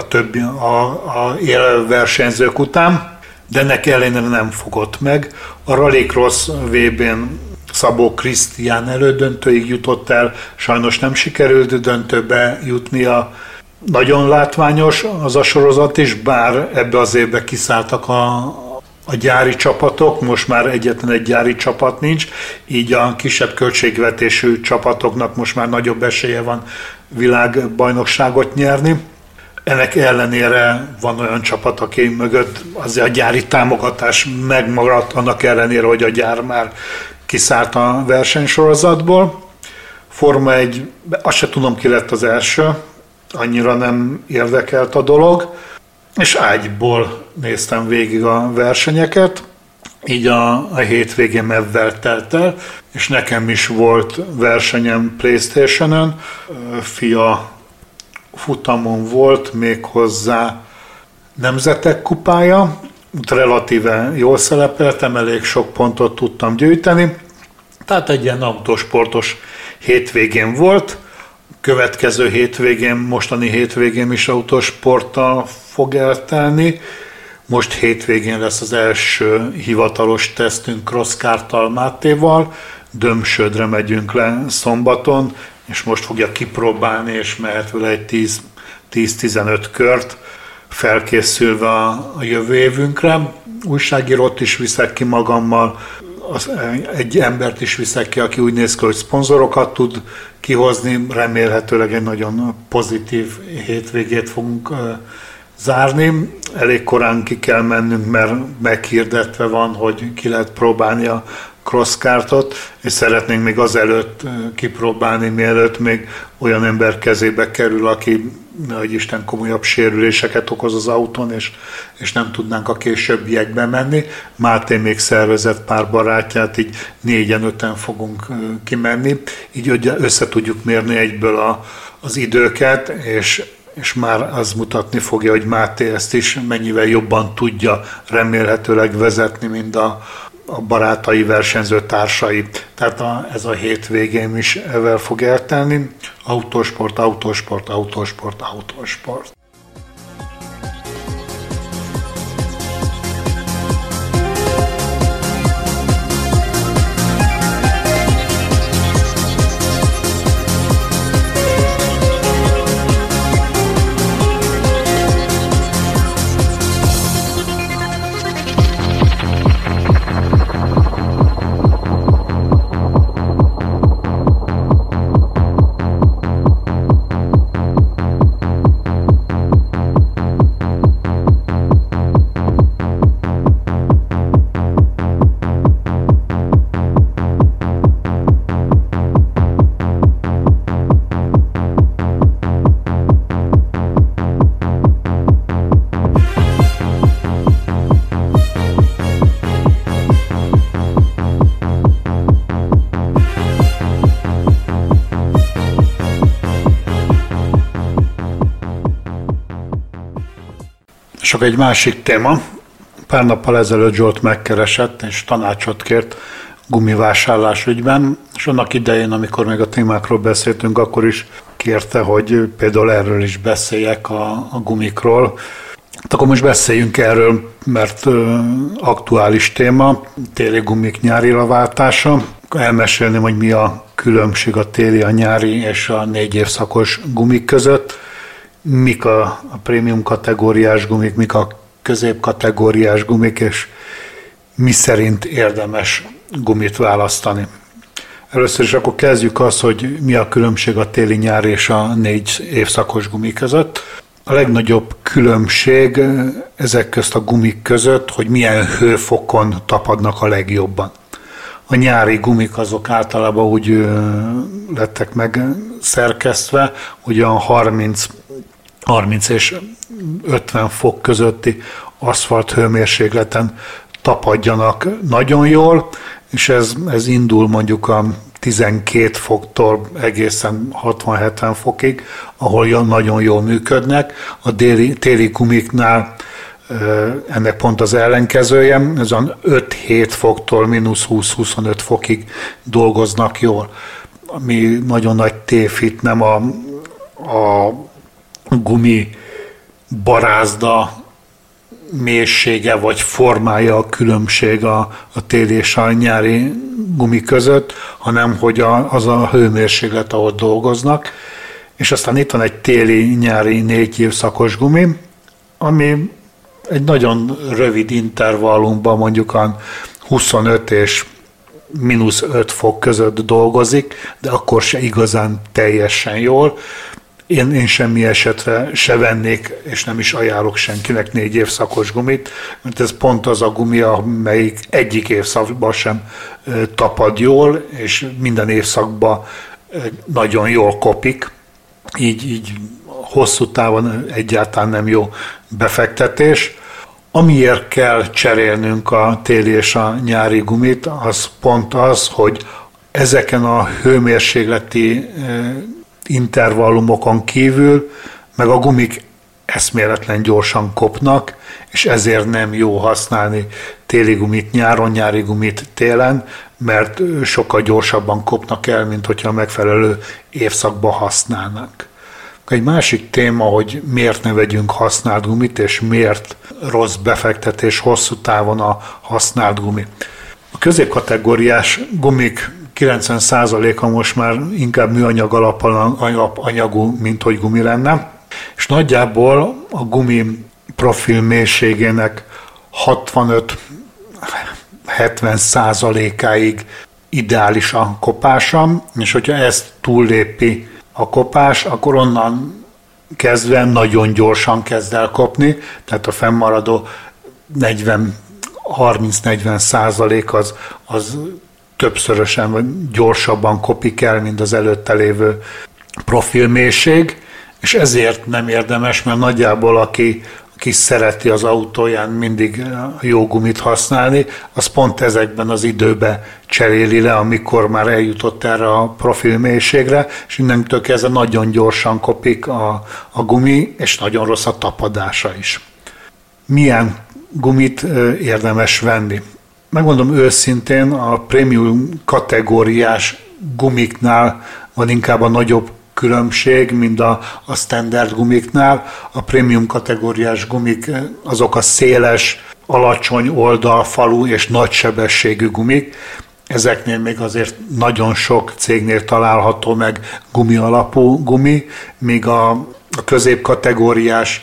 élversenyzők után, de ennek ellenére nem fogott meg. A Rallycross VB-n Szabó Krisztián elődöntőig jutott el, sajnos nem sikerült döntőbe jutnia. Nagyon látványos az a sorozat is, bár ebbe az évbe kiszálltak a gyári csapatok, most már egyetlen egy gyári csapat nincs, így a kisebb költségvetésű csapatoknak most már nagyobb esélye van világbajnokságot nyerni. Ennek ellenére van olyan csapat, aki mögött azért a gyári támogatás megmaradt, annak ellenére, hogy a gyár már kiszállt a versenysorozatból. Forma 1, azt se tudom, ki lett az első, annyira nem érdekelt a dolog, és ágyból néztem végig a versenyeket, így a hétvégén ebben telt el, és nekem is volt versenyem PlayStation-ön, FIA futamon volt méghozzá Nemzetek kupája, relatíve jól szerepeltem, elég sok pontot tudtam gyűjteni, tehát egy ilyen autósportos hétvégén volt. Következő hétvégén, mostani hétvégén is autósporttal fog eltelni. Most hétvégén lesz az első hivatalos tesztünk Crosskárttal Mátéval, Dömsödre megyünk le szombaton, és most fogja kipróbálni, és mehet vele egy 10-15 kört, felkészülve a jövő évünkre. Újságírót is viszek ki magammal, egy embert is viszek ki, aki úgy néz ki, hogy szponzorokat tud kihozni, remélhetőleg egy nagyon pozitív hétvégét fogunk zárni. Elég korán ki kell mennünk, mert meghirdetve van, hogy ki lehet próbálni a crosskartot, és szeretnénk még azelőtt kipróbálni, mielőtt még olyan ember kezébe kerül, aki, hogy Isten, komolyabb sérüléseket okoz az autón, és nem tudnánk a későbbiekben menni. Máté még szervezett pár barátját, így 4-5 fogunk kimenni, így össze tudjuk mérni egyből az időket, és már az mutatni fogja, hogy Máté ezt is mennyivel jobban tudja remélhetőleg vezetni, mint a barátai, versenyző társai. Tehát ez a hétvégén is ezzel fog eltelni. Autósport, autósport, autósport, autósport. Csak egy másik téma. Pár nappal ezelőtt Zsolt megkeresett és tanácsot kért gumivásárlás ügyben, és annak idején, amikor még a témákról beszéltünk, akkor is kérte, hogy például erről is beszéljek a gumikról. Akkor most beszéljünk erről, mert aktuális téma, téli gumik nyári váltása. Elmesélném, hogy mi a különbség a téli, a nyári és a 4 évszakos gumik között. Mik a prémium kategóriás gumik, mik a középkategóriás gumik, és mi szerint érdemes gumit választani. Először is akkor kezdjük azt, hogy mi a különbség a téli, nyár és a 4 évszakos gumik között. A legnagyobb különbség ezek közt a gumik között, hogy milyen hőfokon tapadnak a legjobban. A nyári gumik azok általában úgy lettek megszerkesztve, hogy olyan 30 és 50 fok közötti aszfalt hőmérsékleten tapadjanak nagyon jól, és ez indul mondjuk a 12 foktól egészen 60-70 fokig, ahol nagyon jól működnek. A téli gumiknál ennek pont az ellenkezője, ez a 5-7 foktól mínusz 20-25 fokig dolgoznak jól. Ami nagyon nagy tévhit, nem a gumi barázda mélysége vagy formája a különbség a téli és a nyári gumi között, hanem hogy az a hőmérséklet, ahol dolgoznak. És aztán itt van egy téli-nyári 4 évszakos gumi, ami egy nagyon rövid intervallumban, mondjuk a 25 és mínusz 5 fok között dolgozik, de akkor se igazán teljesen jól. Én semmi esetre se vennék, és nem is ajánlok senkinek 4 évszakos gumit, mert ez pont az a gumi, amelyik egyik évszakban sem tapad jól, és minden évszakban nagyon jól kopik, így hosszú távon egyáltalán nem jó befektetés. Amiért kell cserélnünk a téli és a nyári gumit, az pont az, hogy ezeken a hőmérsékleti intervallumokon kívül, meg a gumik eszméletlen gyorsan kopnak, és ezért nem jó használni téli gumit nyáron, nyári gumit télen, mert sokkal gyorsabban kopnak el, mint hogyha a megfelelő évszakban használnánk. Egy másik téma, hogy miért ne vegyünk használt gumit, és miért rossz befektetés hosszú távon a használt gumi. A középkategóriás gumik 90%-a most már inkább műanyag alapanyagú, mint hogy gumi lenne, és nagyjából a gumi profil mélységének 70%-áig ideális a kopása, és hogyha ezt túllépi a kopás, akkor onnan kezdve nagyon gyorsan kezd el kopni, tehát a fennmaradó 30-40% az többszörösen vagy gyorsabban kopik el, mint az előtte lévő profilmélység, és ezért nem érdemes, mert nagyjából aki szereti az autóján mindig a jó gumit használni, az pont ezekben az időben cseréli le, amikor már eljutott erre a profilmélységre, és innentől kezdve nagyon gyorsan kopik a gumi, és nagyon rossz a tapadása is. Milyen gumit érdemes venni? Megmondom őszintén, a prémium kategóriás gumiknál van inkább a nagyobb különbség, mint a standard gumiknál. A prémium kategóriás gumik azok a széles, alacsony oldalfalú és nagy sebességű gumik. Ezeknél még azért nagyon sok cégnél található meg gumi alapú gumi, míg a középkategóriás,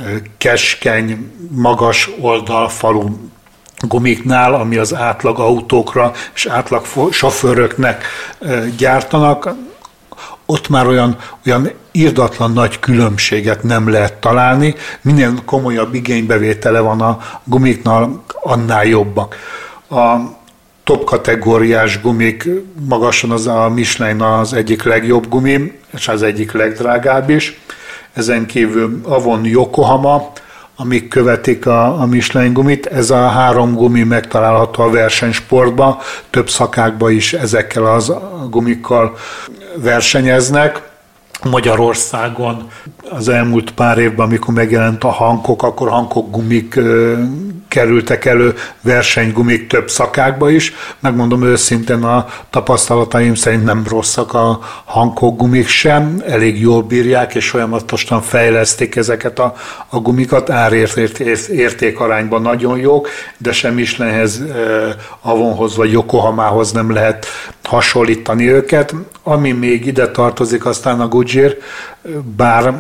keskeny, magas oldalfalú gumiknál, ami az átlag autókra és átlag sofőröknek gyártanak, ott már olyan irdatlan nagy különbséget nem lehet találni. Minél komolyabb igénybevétele van a gumiknál, annál jobbak. A top kategóriás gumik magasan az a Michelin az egyik legjobb gumi, és az egyik legdrágább is. Ezen kívül Avon, Yokohama, amik követik a Michelin gumit. Ez a 3 gumi megtalálható a versenysportban, több szakákban is ezekkel az gumikkal versenyeznek. Magyarországon az elmúlt pár évben, amikor megjelent a Hankook, akkor Hankook gumik kerültek elő, versenygumik több szakákba is. Megmondom őszintén, a tapasztalataim szerint nem rosszak a Hankook gumik sem, elég jól bírják, és folyamatosan fejlesztik ezeket a gumikat, ár-érték arányban nagyon jók, de sem Michelinhez, Avonhoz vagy Yokohamához nem lehet hasonlítani őket. Ami még ide tartozik, aztán a Goodyear, bár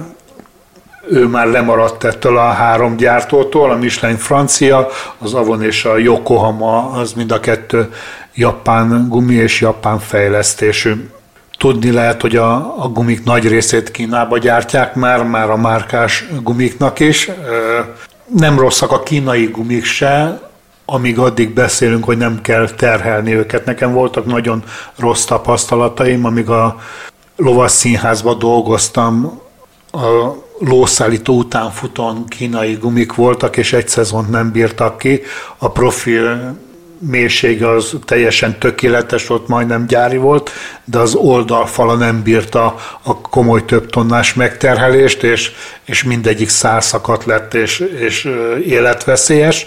ő már lemaradt ettől a 3 gyártótól, a Michelin francia, az Avon és a Yokohama, az mind a 2 japán gumi és japán fejlesztésű. Tudni lehet, hogy a gumik nagy részét Kínába gyártják már a márkás gumiknak is. Nem rosszak a kínai gumik se, amíg addig beszélünk, hogy nem kell terhelni őket. Nekem voltak nagyon rossz tapasztalataim, amíg a lovasszínházban dolgoztam, a lószállító utánfutón kínai gumik voltak, és egy szezont nem bírtak ki. A profil mélysége az teljesen tökéletes, ott majdnem gyári volt, de az oldalfala nem bírta a komoly több tonnás megterhelést, és mindegyik szárszakadt lett, és életveszélyes.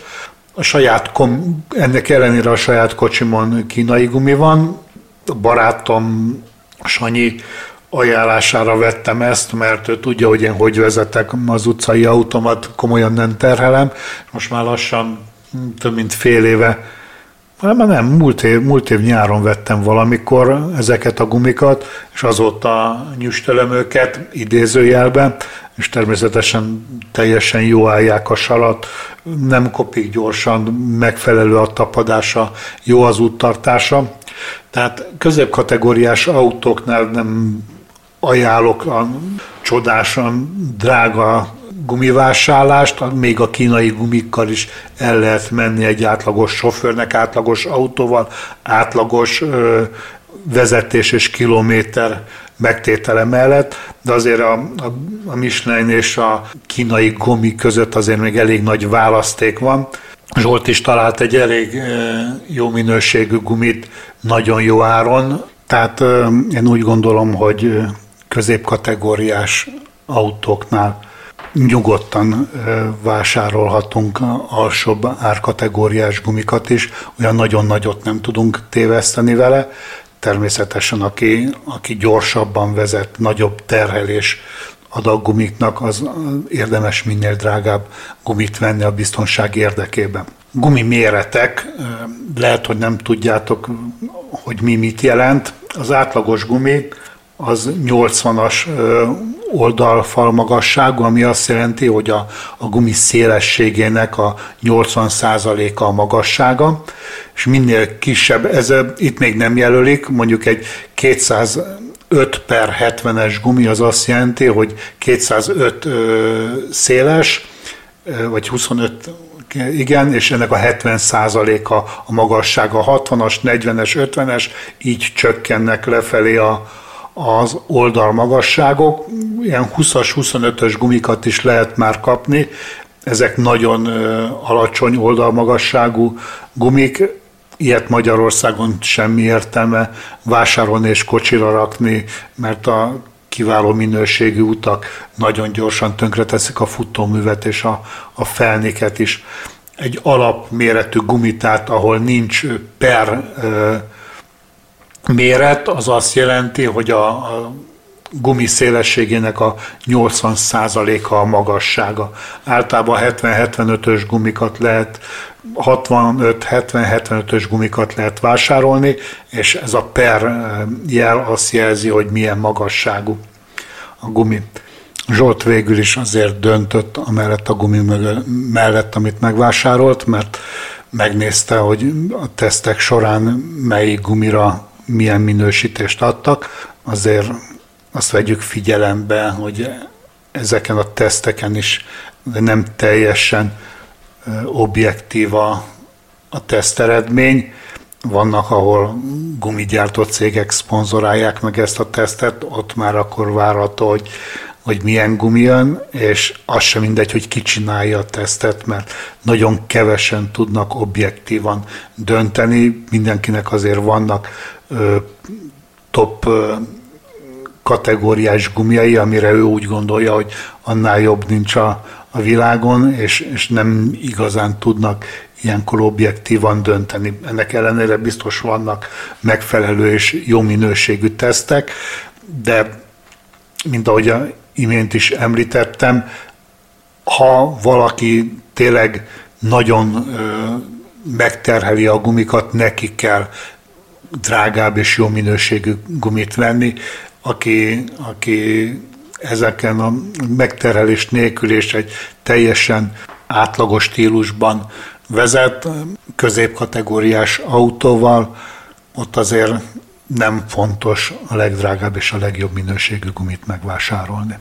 Ennek ellenére a saját kocsimon kínai gumi van. A barátom Sanyi ajánlására vettem ezt, mert ő tudja, hogy én hogy vezetek az utcai autómat, komolyan nem terhelem. Most már lassan több mint fél éve, nem, múlt év nyáron vettem valamikor ezeket a gumikat, és azóta nyüstölöm őket idézőjelben, és természetesen teljesen jó állják a salat, nem kopik gyorsan, megfelelő a tapadása, jó az úttartása. Tehát középkategóriás autóknál nem ajánlok a csodásan drága gumivásárlást, még a kínai gumikkal is el lehet menni egy átlagos sofőrnek, átlagos autóval, átlagos vezetés és kilométer megtétele mellett, de azért a Michelin és a kínai gumi között azért még elég nagy választék van. Zsolt is talált egy elég jó minőségű gumit, nagyon jó áron, tehát én úgy gondolom, hogy középkategóriás autóknál nyugodtan vásárolhatunk alsóbb árkategóriás gumikat is, olyan nagyon nagyot nem tudunk téveszteni vele. Természetesen aki gyorsabban vezet, nagyobb terhelés adag gumiknak, az érdemes minél drágább gumit venni a biztonság érdekében. Gumi méretek, lehet, hogy nem tudjátok, hogy mit jelent. Az átlagos gumi az 80-as oldalfal magasságú, ami azt jelenti, hogy a gumi szélességének a 80%-a a magassága, és minél kisebb, itt még nem jelölik, mondjuk egy 205/70-es gumi az azt jelenti, hogy 205 széles, vagy 25, igen, és ennek a 70%-a a magassága, 60-as, 40-es, 50-es, így csökkennek lefelé az oldalmagasságok. Ilyen 20-as, 25-ös gumikat is lehet már kapni. Ezek nagyon alacsony oldalmagasságú gumik. Ilyet Magyarországon semmi értelme vásárolni és kocsira rakni, mert a kiváló minőségű utak nagyon gyorsan tönkreteszik a futóművet és a felniket is. Egy alapméretű gumitát, ahol nincs per méret, az azt jelenti, hogy a gumi szélességének a 80%-a a magassága. Általában 70-75-ös gumikat lehet, 65-70-75-ös gumikat lehet vásárolni, és ez a per jel azt jelzi, hogy milyen magasságú a gumi. Zsolt végül is azért döntött amellett a gumi mellett, amit megvásárolt, mert megnézte, hogy a tesztek során melyik gumira milyen minősítést adtak. Azért azt vegyük figyelembe, hogy ezeken a teszteken is nem teljesen objektív a teszteredmény. Vannak, ahol gumigyártó cégek szponzorálják meg ezt a tesztet, ott már akkor várható, hogy milyen gumi jön, és az sem mindegy, hogy ki csinálja a tesztet, mert nagyon kevesen tudnak objektívan dönteni. Mindenkinek azért vannak top kategóriás gumiai, amire ő úgy gondolja, hogy annál jobb nincs a világon, és nem igazán tudnak ilyenkor objektívan dönteni. Ennek ellenére biztos vannak megfelelő és jó minőségű tesztek, de mint ahogy imént is említettem, ha valaki tényleg nagyon megterheli a gumikat, neki kell drágább és jó minőségű gumit venni, aki ezeken a megterhelés nélkül és egy teljesen átlagos stílusban vezet, középkategóriás autóval, ott azért nem fontos a legdrágább és a legjobb minőségű gumit megvásárolni.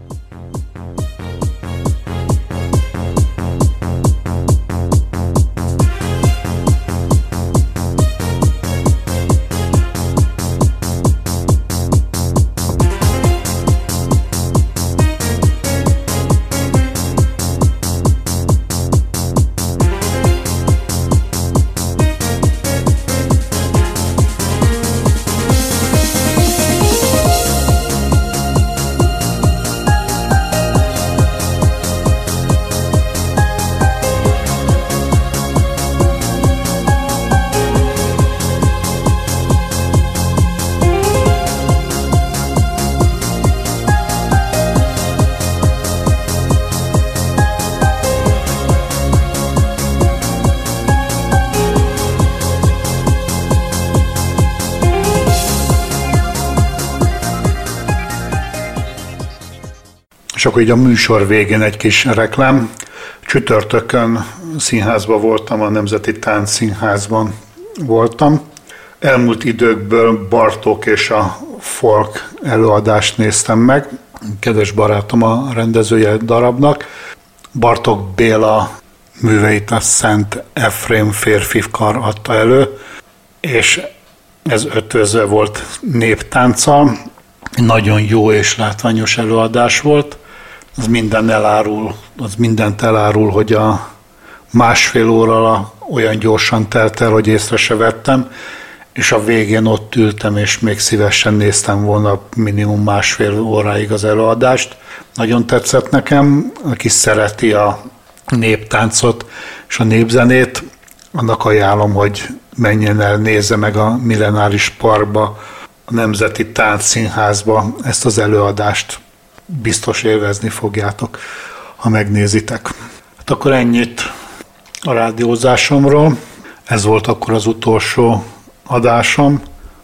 És akkor így a műsor végén egy kis reklám. Csütörtökön színházban voltam, a Nemzeti Táncszínházban voltam. Elmúlt időkből Bartók és a folk előadást néztem meg. Kedves barátom a rendezője darabnak. Bartók Béla műveit a Szent Efrém férfikar adta elő, és ez ötvözve volt néptánccal. Nagyon jó és látványos előadás volt. Az mindent elárul, hogy a másfél óra olyan gyorsan telt el, hogy észre se vettem, és a végén ott ültem, és még szívesen néztem volna minimum másfél óráig az előadást. Nagyon tetszett nekem, aki szereti a néptáncot és a népzenét, annak ajánlom, hogy menjen el, nézze meg a Millenáris Parkba, a Nemzeti Táncszínházba ezt az előadást. Biztos élvezni fogjátok, ha megnézitek. Hát akkor ennyit a rádiózásomról. Ez volt akkor az utolsó adásom.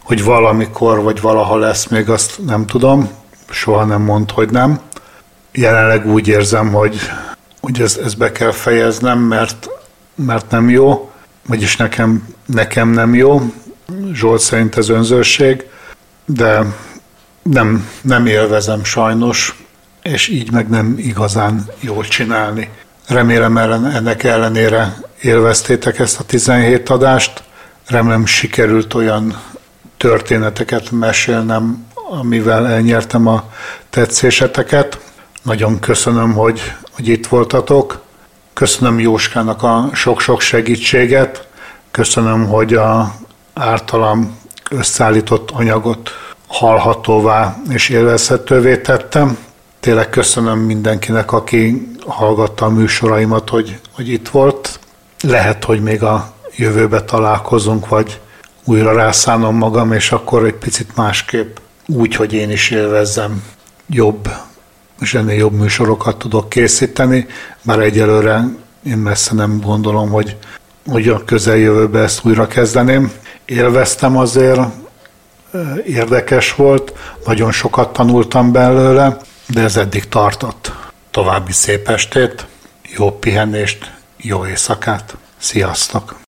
Hogy valamikor vagy valaha lesz, még azt nem tudom, soha nem mond, hogy nem. Jelenleg úgy érzem, hogy ezt be kell fejeznem, mert nem jó, vagyis nekem nem jó. Zsolt szerint ez önzőség, de nem élvezem sajnos, és így meg nem igazán jól csinálni. Remélem ennek ellenére élveztétek ezt a 17 adást, remélem sikerült olyan történeteket mesélnem, amivel elnyertem a tetszéseteket. Nagyon köszönöm, hogy itt voltatok. Köszönöm Jóskának a sok-sok segítséget. Köszönöm, hogy a általam összeállított anyagot hallhatóvá és élvezhetővé tettem. Tényleg köszönöm mindenkinek, aki hallgatta a műsoraimat, hogy itt volt. Lehet, hogy még a jövőbe találkozunk, vagy újra rászánom magam, és akkor egy picit másképp úgy, hogy én is élvezzem, jobb és ennél jobb műsorokat tudok készíteni, bár egyelőre én messze nem gondolom, hogy a közeljövőben ezt újra kezdeném. Élveztem azért, érdekes volt, nagyon sokat tanultam belőle, de ez eddig tartott. További szép estét, jó pihenést, jó éjszakát, sziasztok!